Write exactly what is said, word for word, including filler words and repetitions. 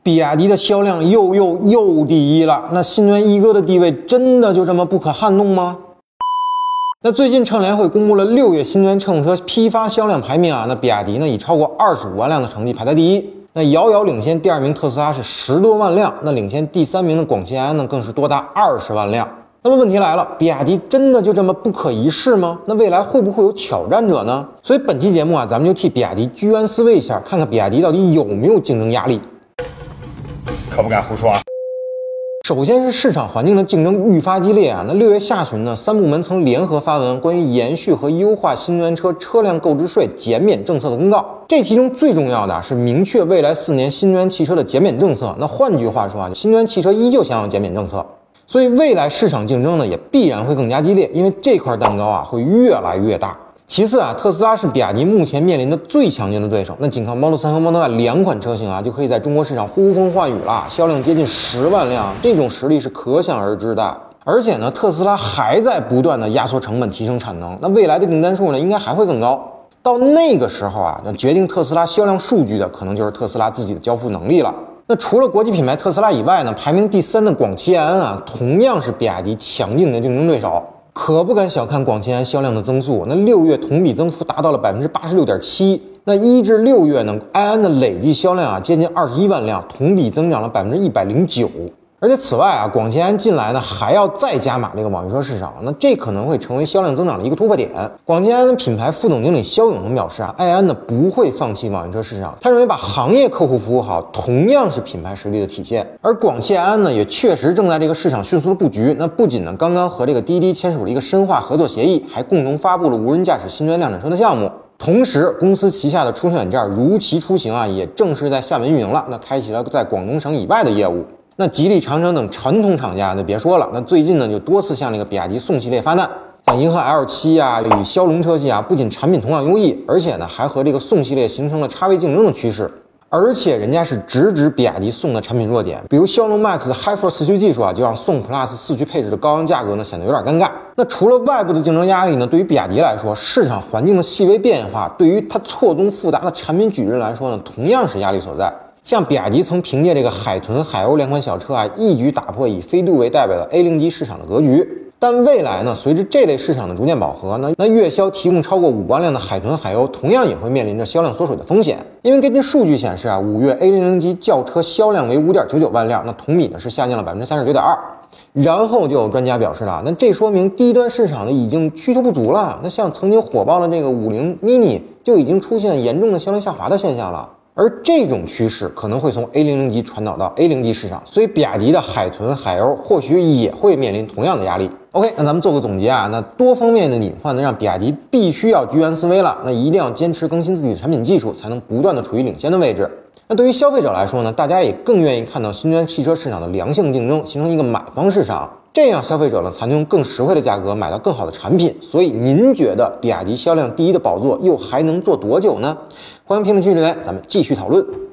比亚迪的销量又又又第一了，那新能源一哥的地位真的就这么不可撼动吗？那最近乘联会公布了六月新能源乘用车批发销量排名啊，那比亚迪呢以超过二十五万辆的成绩排在第一，那遥遥领先第二名特斯拉是十多万辆，那领先第三名的广汽埃安呢更是多达二十万辆。那么问题来了，比亚迪真的就这么不可一世吗？那未来会不会有挑战者呢？所以本期节目啊，咱们就替比亚迪居安思危一下，看看比亚迪到底有没有竞争压力。 可不敢胡说啊！ 首先是市场环境的竞争愈发激烈啊。那六月下旬呢，三部门曾联合发文关于延续和优化新能源车车辆购置税减免政策的公告。这其中最重要的是明确未来四年新能源汽车的减免政策。那换句话说啊，新能源汽车依旧享有减免政策。所以未来市场竞争呢也必然会更加激烈，因为这块蛋糕啊会越来越大。其次啊，特斯拉是比亚迪目前面临的最强劲的对手，那仅靠 Model 三和 Model Y 两款车型啊，就可以在中国市场呼风唤雨了，销量接近十万辆，这种实力是可想而知的。而且呢，特斯拉还在不断的压缩成本，提升产能，那未来的订单数呢，应该还会更高。到那个时候啊，那决定特斯拉销量数据的，可能就是特斯拉自己的交付能力了。那除了国际品牌特斯拉以外呢，排名第三的广汽埃安啊，同样是比亚迪强劲的竞争对手。可不敢小看广汽埃安销量的增速，那六月同比增幅达到了 百分之八十六点七。那一至六月呢，埃安的累计销量啊接近二十一万辆，同比增长了 百分之一百零九。而且此外啊，广汽埃安近来呢还要再加码这个网约车市场，那这可能会成为销量增长的一个突破点。广汽埃安的品牌副总经理肖永能表示啊，埃安呢不会放弃网约车市场，他认为把行业客户服务好同样是品牌实力的体现。而广汽埃安呢也确实正在这个市场迅速的布局，那不仅呢刚刚和这个滴滴签署了一个深化合作协议，还共同发布了无人驾驶新能源量产车的项目。同时，公司旗下的出行软件如骑出行啊也正式在厦门运营了，那开启了在广东省以外的业务。那吉利、长城等传统厂家呢，别说了，那最近呢就多次向这个比亚迪宋系列发难，像银河 L 七 啊，与骁龙车系啊，不仅产品同样优异，而且呢还和这个宋系列形成了差位竞争的趋势。而且人家是直指比亚迪宋的产品弱点，比如骁龙 Max 的 HiForce 四驱技术啊，就让宋 Plus 四驱配置的高昂价格呢显得有点尴尬。那除了外部的竞争压力呢，对于比亚迪来说，市场环境的细微变化，对于它错综复杂的产品矩阵来说呢，同样是压力所在。像比亚迪曾凭借这个海豚、海鸥两款小车啊，一举打破以飞度为代表的 A 零 级市场的格局。但未来呢，随着这类市场的逐渐饱和呢，那月销提供超过五万辆的海豚、海鸥，同样也会面临着销量缩水的风险。因为根据数据显示啊，五月 A 零 级轿车销量为 五点九九万辆，那同比呢是下降了 百分之三十九点二。然后就有专家表示了，那这说明低端市场呢已经需求不足了。那像曾经火爆的这个五菱 mini 就已经出现严重的销量下滑的现象了。而这种趋势可能会从 A 零 级传导到 A 零 级市场，所以比亚迪的海豚、海鸥或许也会面临同样的压力。OK， 那咱们做个总结啊，那多方面的隐患呢，让比亚迪必须要居安思危了。那一定要坚持更新自己的产品技术，才能不断的处于领先的位置。那对于消费者来说呢，大家也更愿意看到新能源汽车市场的良性竞争，形成一个买方市场，这样消费者呢才能用更实惠的价格买到更好的产品。所以您觉得比亚迪销量第一的宝座又还能做多久呢？欢迎评论区留言，咱们继续讨论。